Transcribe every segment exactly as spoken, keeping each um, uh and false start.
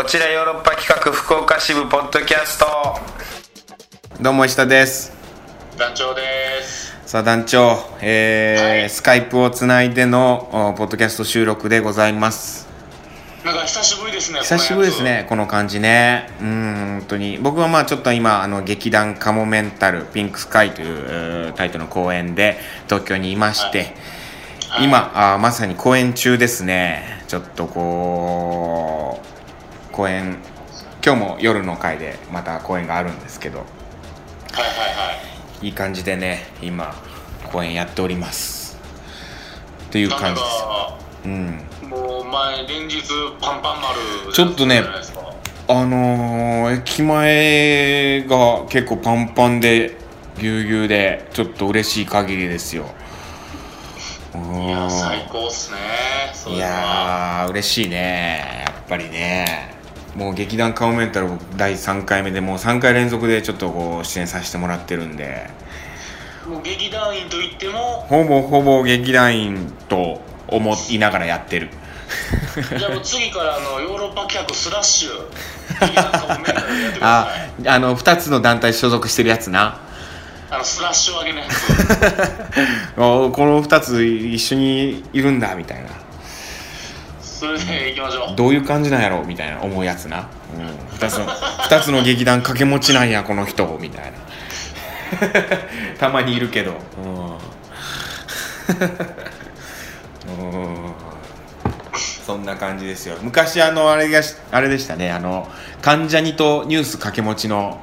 ちらヨーロッパ企画福岡支部ポッドキャスト。どうも石田です。 団長です。 さあ団長、えーはい、スカイプをつないでのポッドキャスト収録でございます。 なんか久しぶりですね。 久しぶりですね、この感じね。うん、本当に僕はまあちょっと今あの劇団カモメンタルピンクスカイというタイトルの公演で東京にいまして、はいはい、今あまさに公演中ですね。ちょっとこう公演今日も夜の回でまた公演があるんですけど、はいはいはいいい感じでね今公演やっておりますっていう感じです。うん、 もう前連日パンパン丸ちょっとねあのー、駅前が結構パンパンでぎゅうぎゅうでちょっと嬉しい限りですよ。 いや最高っすね。そういやー嬉しいねやっぱりね。もう劇団カモメンタルだいさんかいめでもうさんかい連続でちょっとこう出演させてもらってるんで、 もう劇団員といってもほぼほぼ劇団員と思いながらやってる。 じゃあもう次からあのヨーロッパ企画スラッシュ劇団カモメンタルでやってください。 ああのふたつの団体所属してるやつな。 あのスラッシュ上げのやつこのふたつ一緒にいるんだみたいな、 それでいきましょう。 どういう感じなんやろみたいな思うやつな、うん、ふたつのふたつの劇団掛け持ちなんやこの人みたいなたまにいるけど、うん、うんそんな感じですよ。昔あのあれがあれでしたね、あの関ジャニとニュース掛け持ちの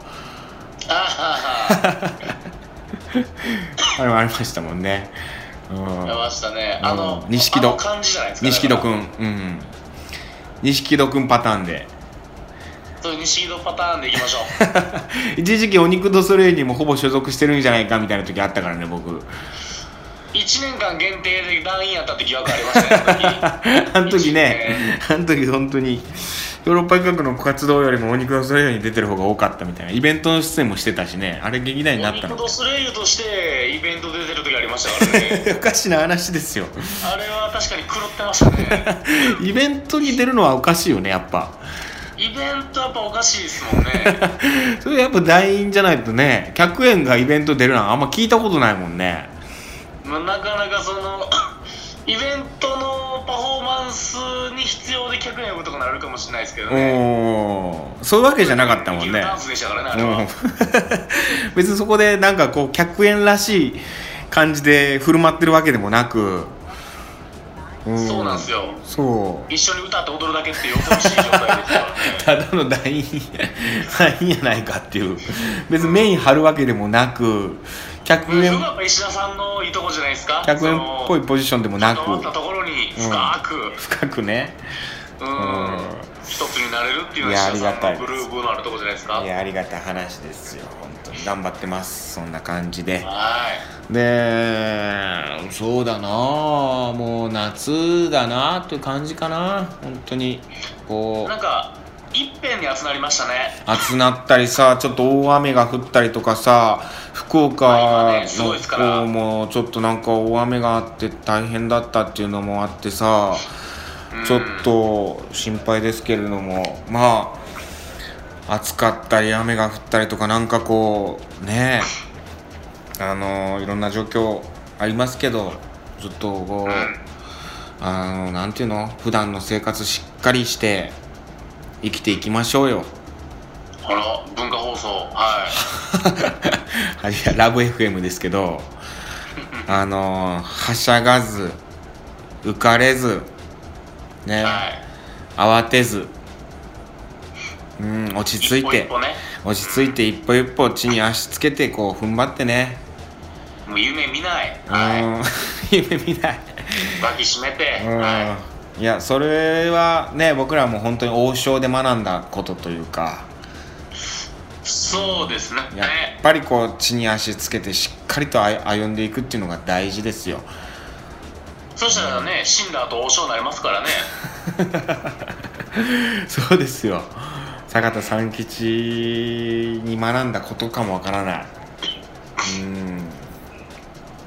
あれもありましたもんね。 うん、ありましたね。あの錦戸感じじゃないですか。 錦戸くん、うん、錦戸くんパターンで。 そういう錦戸パターンでいきましょう。一時期お肉ドソレイユにもほぼ所属してるんじゃないかみたいな時あったからね僕。 いちねんかん限定で団員やったって疑惑ありましたね。 あの時ね、あの時本当にヨーロッパ企画の活動よりもお肉ドソレイユに出てる方が多かったみたいな、イベントの出演もしてたしね、あれ劇団になったの。 お肉ドソレイユとしてイベント出てる時ありましたからね。 おかしな話ですよ。 あれは確かに狂ってましたね。 イベントに出るのはおかしいよねやっぱ。 イベントやっぱおかしいですもんね。 それやっぱ団員じゃないとね、客演がイベント出るのはあんま聞いたことないもんね。 まあ、なかなかそのイベントのパフォーマンスに必要で客演呼ぶとかなるかもしれないですけどね。 おそういうわけじゃなかったもんね。 ダンスでしたからねあれは。 別にそこでなんかこう客演らしい感じで振る舞ってるわけでもなく、 うん、そうなんですよ。 そう一緒に歌って踊るだけっていう恐ろしい状態ですからね。 ただの団員団員やないかっていう、別にメイン張るわけでもなく、客演、 そこがやっぱ石田さんのいいとこじゃないですか。 客演っぽいポジションでもなく、 終わったところに深く、 うん、深くね、 うん、うん、一つになれるっていうのが石田さんのグルーヴのあるとこじゃないですか。 いやありがたい話ですよ。本当に頑張ってます。そんな感じで。 はい。 で、そうだな、もう夏だなという感じかな。本当にこうなんかいっぺんに集まりましたね。 集まったりさ、ちょっと大雨が降ったりとかさ、福岡の方もちょっとなんか大雨があって大変だったっていうのもあってさ、ちょっと心配ですけれども、まあ暑かったり雨が降ったりとかなんかこうね、あのいろんな状況ありますけど、ちょっとこうあのなんていうの、普段の生活しっかりして生きていきましょうよ。 あら文化放送、はい。 いやラブ エフエム ですけど、あのはしゃがず浮かれずね、はい、慌てず、うん、落ち着いて一歩一歩、ね、 落ち着いて一歩一歩地に足つけてこう踏ん張ってね。 もう夢見ない、はい、夢見ない。 抱きしめて、 うん、 はい、 いやそれはね僕らも本当に王将で学んだことというか。 そうですね。 やっぱりこう地に足つけてしっかりと歩んでいくっていうのが大事ですよ。 そしたらね、死んだ後王将になりますからね。 そうですよ。坂田三吉に学んだことかもわからない。うん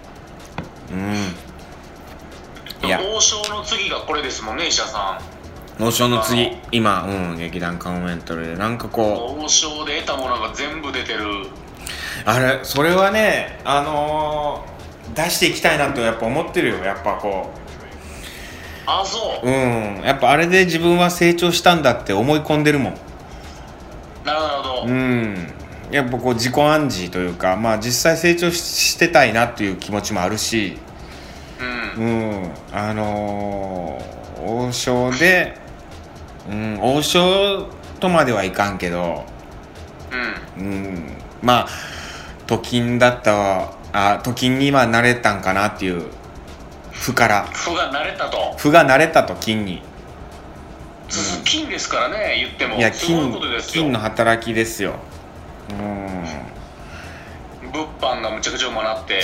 うん。 いや王将の次がこれですもんね石田さん。 王将の次今、うん、劇団カモメンタルでなんかこう王将で得たものが全部出てる。 あれそれはねあのー、出していきたいなとやっぱ思ってるよ。やっぱこうあそう、 うんやっぱあれで自分は成長したんだって思い込んでるもん。 なるほど。 うんやっぱこう自己暗示というかまあ実際成長 し, してたいなっていう気持ちもあるし、うん、うん、あのー、王将で、うん、王将とまではいかんけど、うん、うん、まあ都金だったわあ都金にはなれたんかなっていう負から負が慣れたと負が慣れたと金に、 うん、金ですからね言ってもいやすごいことですよ。 金の働きですよ。うん物販がむちゃくちゃうまなって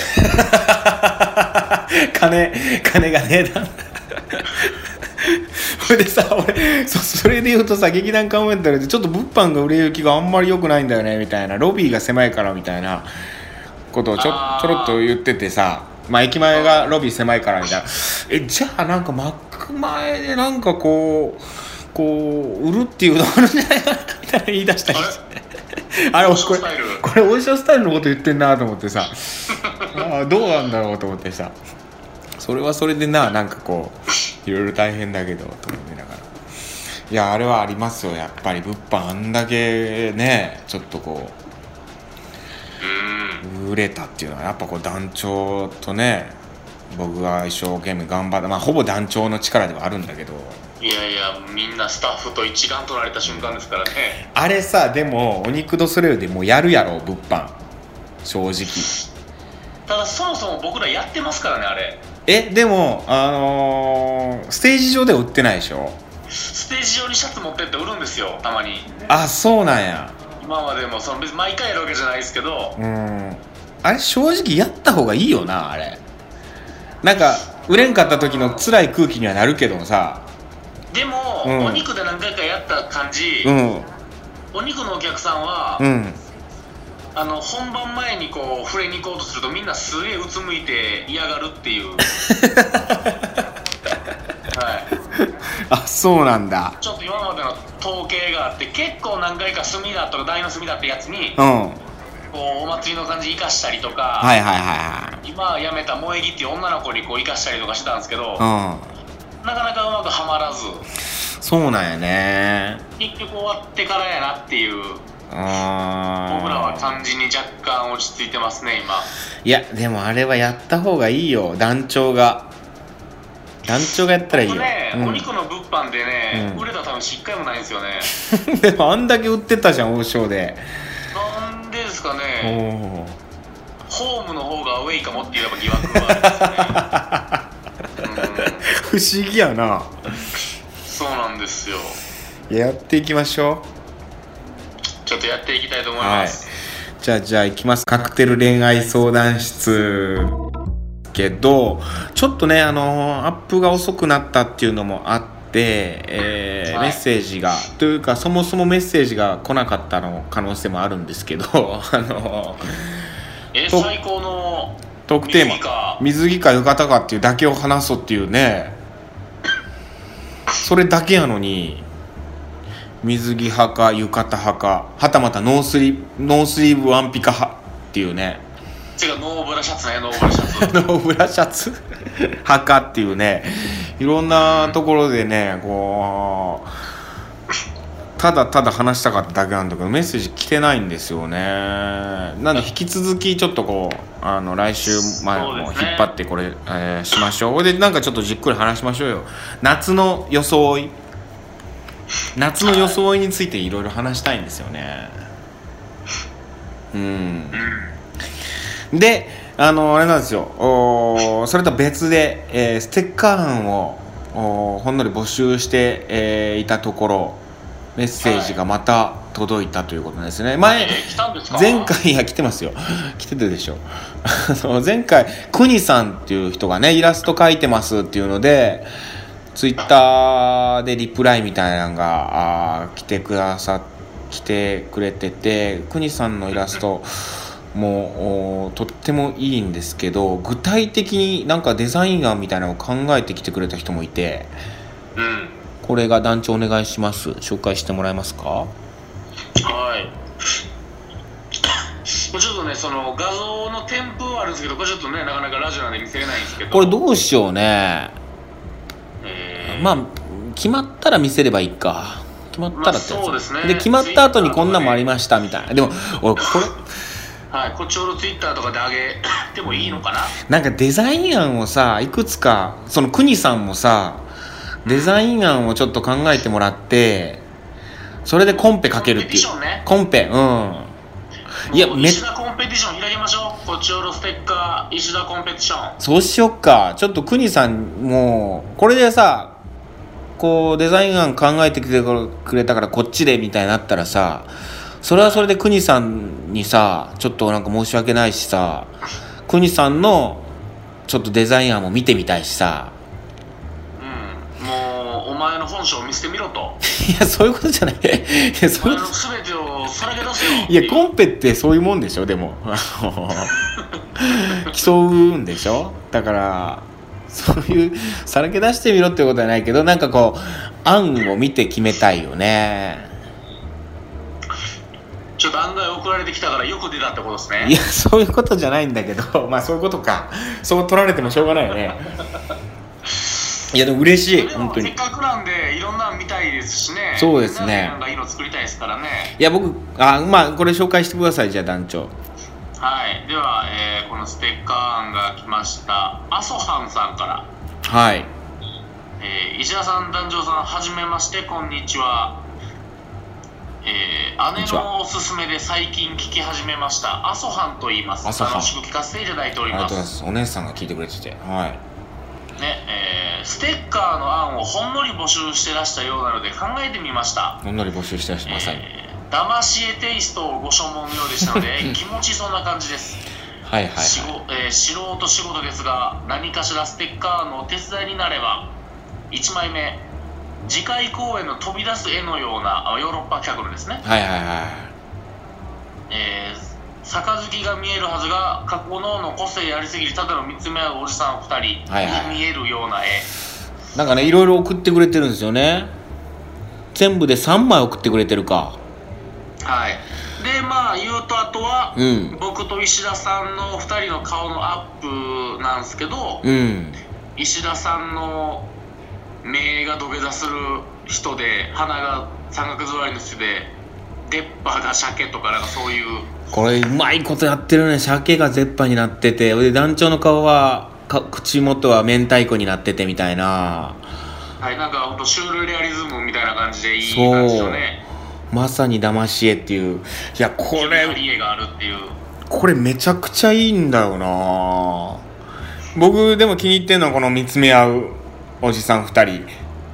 金金がねえだそれでさ俺 そ, それで言うとさ劇団カモメンタルでちょっと物販が売れ行きがあんまり良くないんだよねみたいなロビーが狭いからみたいなことをちょちょろっと言っててさまあ駅前がロビー狭いからみたいなえじゃあなんか幕前でなんかこうこう売るっていうのあるんじゃないかなみたいな言い出したりしてあれこれこれ王将スタイルのこと言ってんなと思ってさあどうなんだろうと思ってさそれはそれでななんかこういろいろ大変だけどと思いながらいやあれはありますよやっぱり物販あんだけねちょっとこう売れたっていうのはやっぱこう団長とね僕が一生懸命頑張ったまあほぼ団長の力ではあるんだけどいやいやみんなスタッフと一丸取られた瞬間ですからね。 あれさでもお肉ドスレルでもうやるやろ物販正直。 ただそもそも僕らやってますからねあれ。 えでもあのー、ステージ上では売ってないでしょ。 ステージ上にシャツ持ってって売るんですよたまに。 あそうなんや。 今までもその別に毎回やるわけじゃないですけどうんあれ正直やった方がいいよなあれ。なんか売れんかった時の辛い空気にはなるけどもさでも、うん、お肉で何回かやった感じ、うん、お肉のお客さんは、うん、あの本番前にこう触れに行こうとするとみんなすげえうつむいて嫌がるっていうはいあそうなんだ。 ちょっと今までの統計があって結構何回か炭だとか大の炭だってやつに、うん、こうお祭りの感じ生かしたりとか、はいはいはいはい、今辞めた萌え木っていう女の子にこう生かしたりとかしてたんですけど、うんなかなかうまくはまらずそうなんやね結局終わってからやなっていうあ僕らは感じに若干落ち着いてますね今。 いやでもあれはやった方がいいよ団長が団長がやったらいいよ、 ねうん、お肉の物販でね、うん、売れた多分しっかりもないんですよねでもあんだけ売ってたじゃん王将で。 なんでですかねホームの方がアウェイかもっていうやっぱ疑惑はあるんですよね不思議やな。 そうなんですよ。 やっていきましょう。ちょっとやっていきたいと思います、 はい、じゃあじゃあいきます。カクテル恋愛相談室けどちょっとねあのアップが遅くなったっていうのもあって、えーはい、メッセージがというかそもそもメッセージが来なかったの可能性もあるんですけどあのえ最高のトークテーマ水着か浴衣かっていうだけを話そうっていうねそれだけやのに水着派か浴衣派かはたまたノースリーブノースリーブワンピカ派っていうね違うノーブラシャツねノーブラシャツノーブラシャツ派かっていうねいろんなところでねこうただただ話したかっただけなんだけどメッセージ来てないんですよね。なんで引き続きちょっとこうあの来週前も引っ張ってこれ、ねえー、しましょう。でなんかちょっとじっくり話しましょうよ。夏の装い夏の装いについていろいろ話したいんですよね。うんであのあれなんですよおそれと別で、えー、ステッカー案をほんのり募集して、えー、いたところメッセージがまた届いたということなんですね。前、前回、いや来てますよ。来てたでしょ。前回、くにさんっていう人がね、イラスト描いてますっていうので、ツイッターでリプライみたいなのがあ来てくださ来てくれてて、くにさんのイラストもとってもいいんですけど、具体的になんかデザイン案みたいなのを考えてきてくれた人もいて、うんこれが団長お願いします。紹介してもらえますか？ はいちょっとねその画像の添付はあるんですけどこれちょっとねなかなかラジオなんで見せれないんですけどこれどうしようね、えー、まあ決まったら見せればいいか決まったらってやつ、 まあ、そうですねで決まった後にこんなんもありましたみたいなでも俺これはい、こっちのツイッターとかで上げてもいいのかな。 なんかデザイン案をさいくつかその国さんもさデザイン案をちょっと考えてもらってそれでコンペかけるっていうコンペティションねコンペうんいやめ石田コンペティション開きましょう。こっちのステッカー石田コンペティションそうしよっか。ちょっと国さんもこれでさこうデザイン案考えてくれたからこっちでみたいになったらさそれはそれで国さんにさちょっとなんか申し訳ないしさ国さんのちょっとデザイン案も見てみたいしさうんもうお前の本性を見せてみろといやそういうことじゃないいやそういうお前の全てをさらけ出せよいやコンペってそういうもんでしょでも競うんでしょだからそういうさらけ出してみろってことはないけどなんかこう案を見て決めたいよね。 ちょっと案外送られてきたからよく出たってことですね。 いやそういうことじゃないんだけどまあそういうことかそう取られてもしょうがないよねいやでも嬉しい本当に。 せっかくなんでいろんなの見たいですしね。 そうですね。 なんかいいの作りたいですからね。 いや僕あまあこれ紹介してくださいじゃあ団長。 はいでは、えー、このステッカー案が来ましたアソハンさんから。 はい、 えー、石田さん団長さんはじめましてこんにちは。えー、姉のおすすめで最近聞き始めましたアソハンと言います。楽しく聞かせていただいております。 ありがとうございます。お姉さんが聞いてくれててはいねえー、ステッカーの案をほんのり募集してらしたようなので考えてみました。 ほんのり募集してらしたまさに、 えー、騙し絵テイストをご所望のようでしたので気持ちそんな感じですはいはい、はい、 えー、素人仕事ですが何かしらステッカーのお手伝いになれば。いちまいめ次回公演の飛び出す絵のようなヨーロッパ客のですねはいはいはいえー、杯が見えるはずが過去のの個性ありすぎるただの見つめ合うおじさんふたりに見えるような絵、はいはい、 なんかねいろいろ送ってくれてるんですよね。全部でさんまい送ってくれてるか。 はいでまあ言うとあとは、 うん、 僕と石田さんのふたりの顔のアップなんですけど、 うん、 石田さんの目が土下座する人で鼻が三角座りの人で出っ歯が鮭とかなんかそういうこれうまいことやってるね。鮭が出っ歯になっててで団長の顔はか口元は明太子になっててみたいなはいなんかほんとシュールレアリズムみたいな感じでいい感じのねまさに騙し絵っていういやこれ絵があるっていうこれめちゃくちゃいいんだよな。僕でも気に入ってんのはこの見つめ合うおじさんふたり。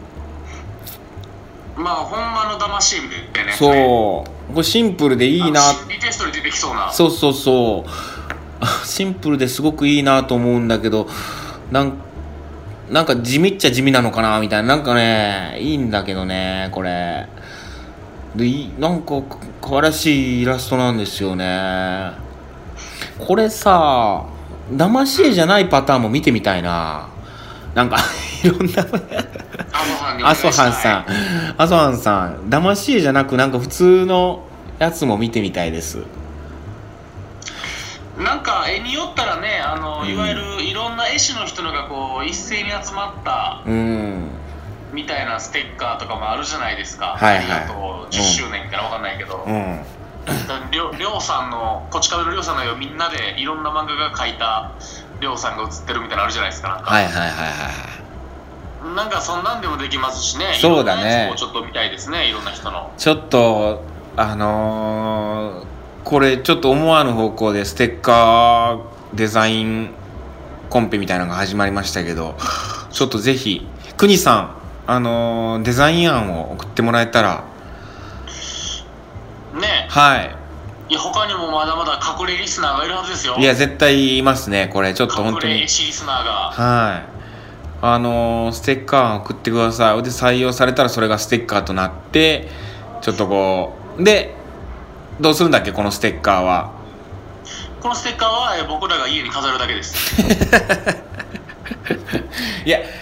まあほんまの騙し絵みたいなやつね。 そうこれシンプルでいいな。 心理テストに出てきそうな。 そうそうそうシンプルですごくいいなと思うんだけどなんなんか地味っちゃ地味なのかなみたいななんかねいいんだけどねこれでいなんか可愛らしいイラストなんですよね。これさ騙し絵じゃないパターンも見てみたいな。なんかいろんなアソハンさんアソハンさん騙し絵じゃなくなんか普通のやつも見てみたいです。 なんか絵によったらねあの、うん、いわゆるいろんな絵師の人のがこう一斉に集まった、うん、みたいなステッカーとかもあるじゃないですか。 はいはい、 ありがとうじゅっしゅうねんみたいな分かんないけど、 うん、 りょりょうさんのこち亀のりょうさんの絵をみんなでいろんな漫画が描いたりょうさんが写ってるみたいなのあるじゃないですか。なんかはいはいはいはいなんかそんなんでもできますしね。 そうだね。 ちょっと見たいですねいろんな人の。 ちょっとあのー、これちょっと思わぬ方向でステッカーデザインコンペみたいなのが始まりましたけどちょっとぜひ国さんあのー、デザイン案を送ってもらえたらね。 はいいや他にもまだまだ隠れリスナーがいるはずですよ。 いや絶対いますねこれちょっと本当に隠れしリスナーがはいあのー、ステッカー案送ってください。で採用されたらそれがステッカーとなってちょっとこうでどうするんだっけこのステッカーは。 このステッカーは僕らが家に飾るだけですいや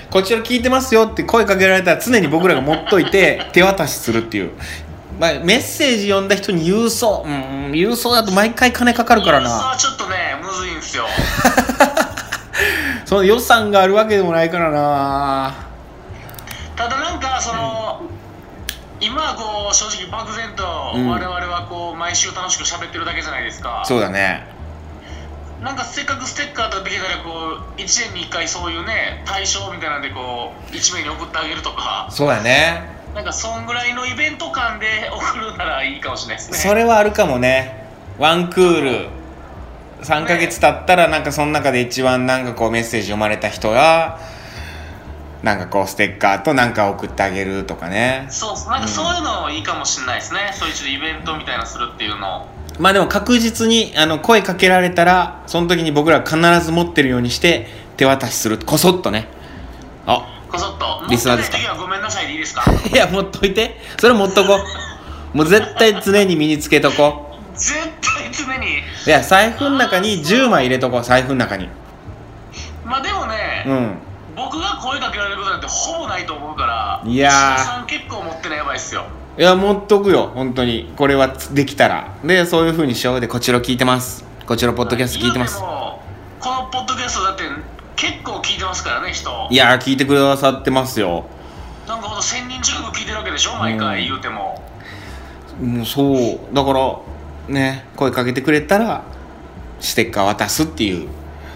こちら聞いてますよって声かけられたら常に僕らが持っといて手渡しするっていう、まあ、メッセージ読んだ人に郵送、うん、郵送だと毎回金かかるからな。 郵送はちょっとねむずいんですよその予算があるわけでもないからな。 ただなんかその、うん、今はこう正直漠然と我々はこう毎週楽しく喋ってるだけじゃないですか、 うん、そうだね。 なんかせっかくステッカーとできたらこういちねんにいっかいそういうね対象みたいなんでこういち名に送ってあげるとか。 そうだね。 なんかそんぐらいのイベント感で送るならいいかもしれないですね。 それはあるかもね。ワンクールさんかげつ経ったらなんかその中で一番なんかこうメッセージ読まれた人がなんかこうステッカーとなんか送ってあげるとかね。 そうなんかそういうのいいかもしれないですね、うん、そういうちょっとイベントみたいなするっていうのを。 まあでも確実にあの声かけられたらその時に僕ら必ず持ってるようにして手渡しする。こそっとね。あ、 こそっとリスナーですか。 持ってない時はごめんなさいでいいですかいや持っといて。それ持っとこう。もう絶対常に身につけとこう絶対常に。 いや財布の中にじゅうまい入れとこう。財布の中に。 まあでもね、うん、僕が声かけられることなんてほぼないと思うから。 いやーさん結構持ってないやばいっすよ。 いや持っとくよ本当に。これはできたらでそういう風にしよう。でこちら聞いてます。こちらポッドキャスト聞いてます。 もこのポッドキャストだって結構聞いてますからね人。 いや聞いてくださってますよ。 なんかほんとせんにん近く聞いてるわけでしょ毎回言うても。 もうそうだからね声かけてくれたらステッカー渡すっていう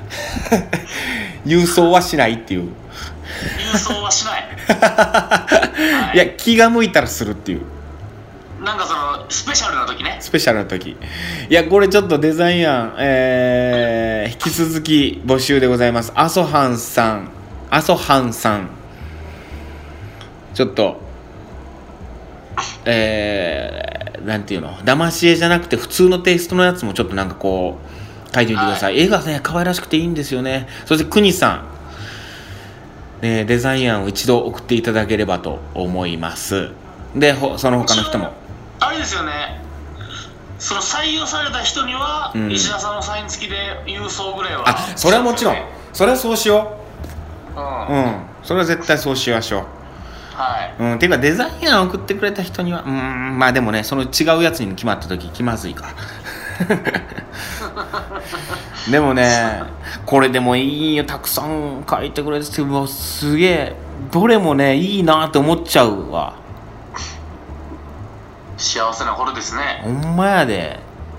郵送はしないっていう。 郵送はしない、 はい、いや気が向いたらするっていう。 なんかそのスペシャルな時ね。 スペシャルな時。いやこれちょっとデザイン案、えー、引き続き募集でございます。アソハンさんアソハンさんちょっとえー、なんていうの騙し絵じゃなくて普通のテイストのやつもちょっとなんかこう書いてみてください、はい、絵がね可愛らしくていいんですよね。そして国さん、ね、デザイン案を一度送っていただければと思います。でその他の人もあれですよね、その採用された人には、うん、石田さんのサイン付きで郵送ぐらいは。 あ、それはもちろんそれはそうしよう。うん、うん、それは絶対そうしましょう。はい、うん、ていうかデザイン案を送ってくれた人にはうーんまあでもねその違うやつに決まった時気まずいかでもねこれでもいいよたくさん書いてくれてもうすげえどれもねいいなって思っちゃうわ。 幸せな頃ですね。 ほんまやで。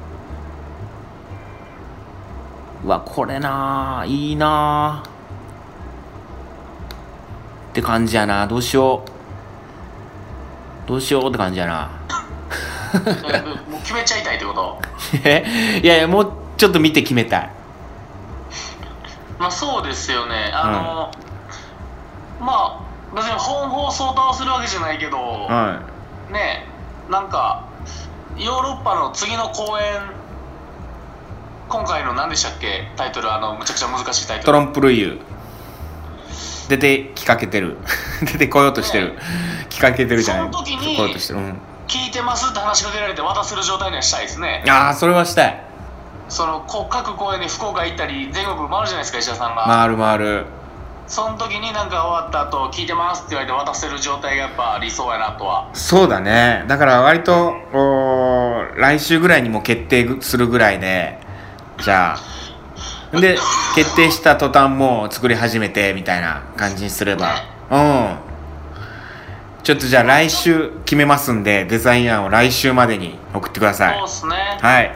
うわこれないいなって感じやな。どうしようどうしようって感じやなもう決めちゃいたいってこといやいやもうちょっと見て決めたい。 まあそうですよね。あの、うん、まあ別に本放送と合わせるわけじゃないけど、はい、ねなんかヨーロッパの次の公演今回の何でしたっけタイトル、あのむちゃくちゃ難しいタイトル。 トロンプルイユ出てきかけてる出てこようとしてる、ね、きかけてるじゃない。 その時に来ようとしてる、うん、聞いてますって話しかけられて渡せる状態にはしたいですね。 ああそれはしたい。 その各公演に福岡行ったり全国回るじゃないですか石田さんが。 回る回る。 その時になんか終わった後聞いてますって言われて渡せる状態がやっぱ理想やなとは。 そうだね。だから割と来週ぐらいにも決定するぐらいでじゃあで決定した途端もう作り始めてみたいな感じにすれば、ね、うんちょっとじゃあ来週決めますんでデザイン案を来週までに送ってください。 そうですね。 はい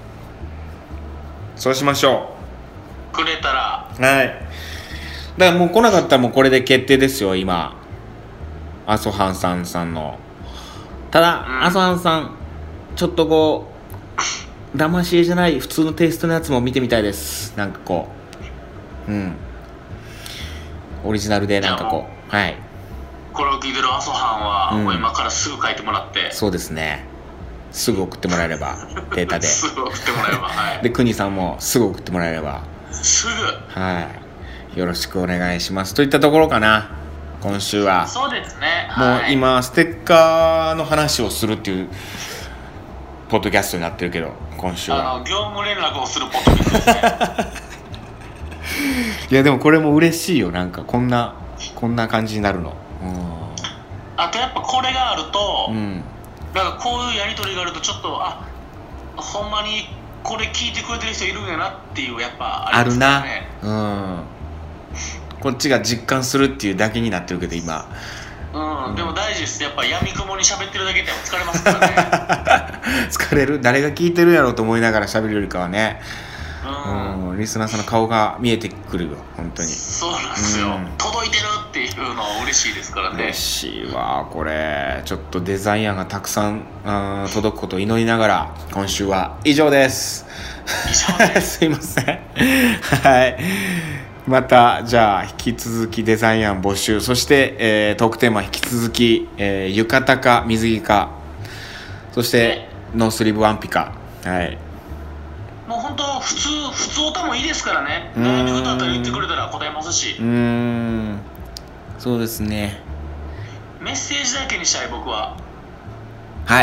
そうしましょう。くれたらはいだからもう来なかったらもうこれで決定ですよ今アソハンさんさんの。ただ、うん、アソハンさんちょっとこう騙し絵じゃない普通のテイストのやつも見てみたいです。なんかこううんオリジナルでなんかこうはいこれを聞いてるアソハンは、うん、もう今からすぐ書いてもらって。 そうですねすぐ送ってもらえればデータですぐ送ってもらえれば、はい、 で国さんもすぐ送ってもらえればすぐはいよろしくお願いしますといったところかな今週は。 そうですね。 もう今ステッカーの話をするっていうポッドキャストになってるけど今週はあの業務連絡をするポッドキャストですねいやでもこれも嬉しいよ。なんかこんなこんな感じになるの。うん、 あとやっぱこれがあると、うん、なんかこういうやり取りがあるとちょっとあほんまにこれ聞いてくれてる人いるんやなっていうやっぱありますからね。 あるな、うん、こっちが実感するっていうだけになってるけど今、 うんうん、でも大事です。やっぱ闇雲に喋ってるだけでも疲れますからね疲れる。誰が聞いてるやろうと思いながら喋るよりかはね、うんうん、リスナーさんの顔が見えてくるよ本当に。 そうなんですよ、うん、届いてるっていうのは嬉しいですからね。 嬉しいわこれ。ちょっとデザイン案がたくさん、うん、届くことを祈りながら今週は以上です。 以上ですすいませんはい、またじゃあ引き続きデザイン案募集、そして、えー、トークテーマ引き続き、えー、浴衣か水着か、そしてノースリーブワンピか、はい、 もう本当普通普通歌もいいですからね。悩み歌ったら言ってくれたら答えますし。 うーん、そうですね。 メッセージだけにしたい僕は。 はい、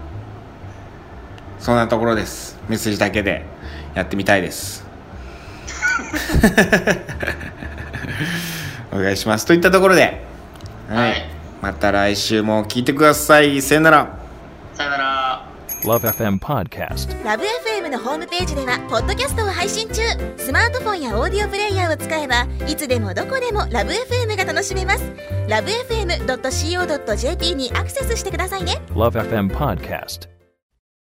そんなところです。メッセージだけでやってみたいですお願いしますといったところで、はい、はい、また来週も聞いてください。さよなら。 さよなら。 ラブ エフエム Podcast。 ラブ エフエム のホームページではポッドキャストを配信中。スマートフォンやオーディオプレイヤーを使えばいつでもどこでもラブ エフエム が楽しめます。ラブ エフエムドットシーオードットジェーピー にアクセスしてくださいね。 ラブ エフエム Podcast。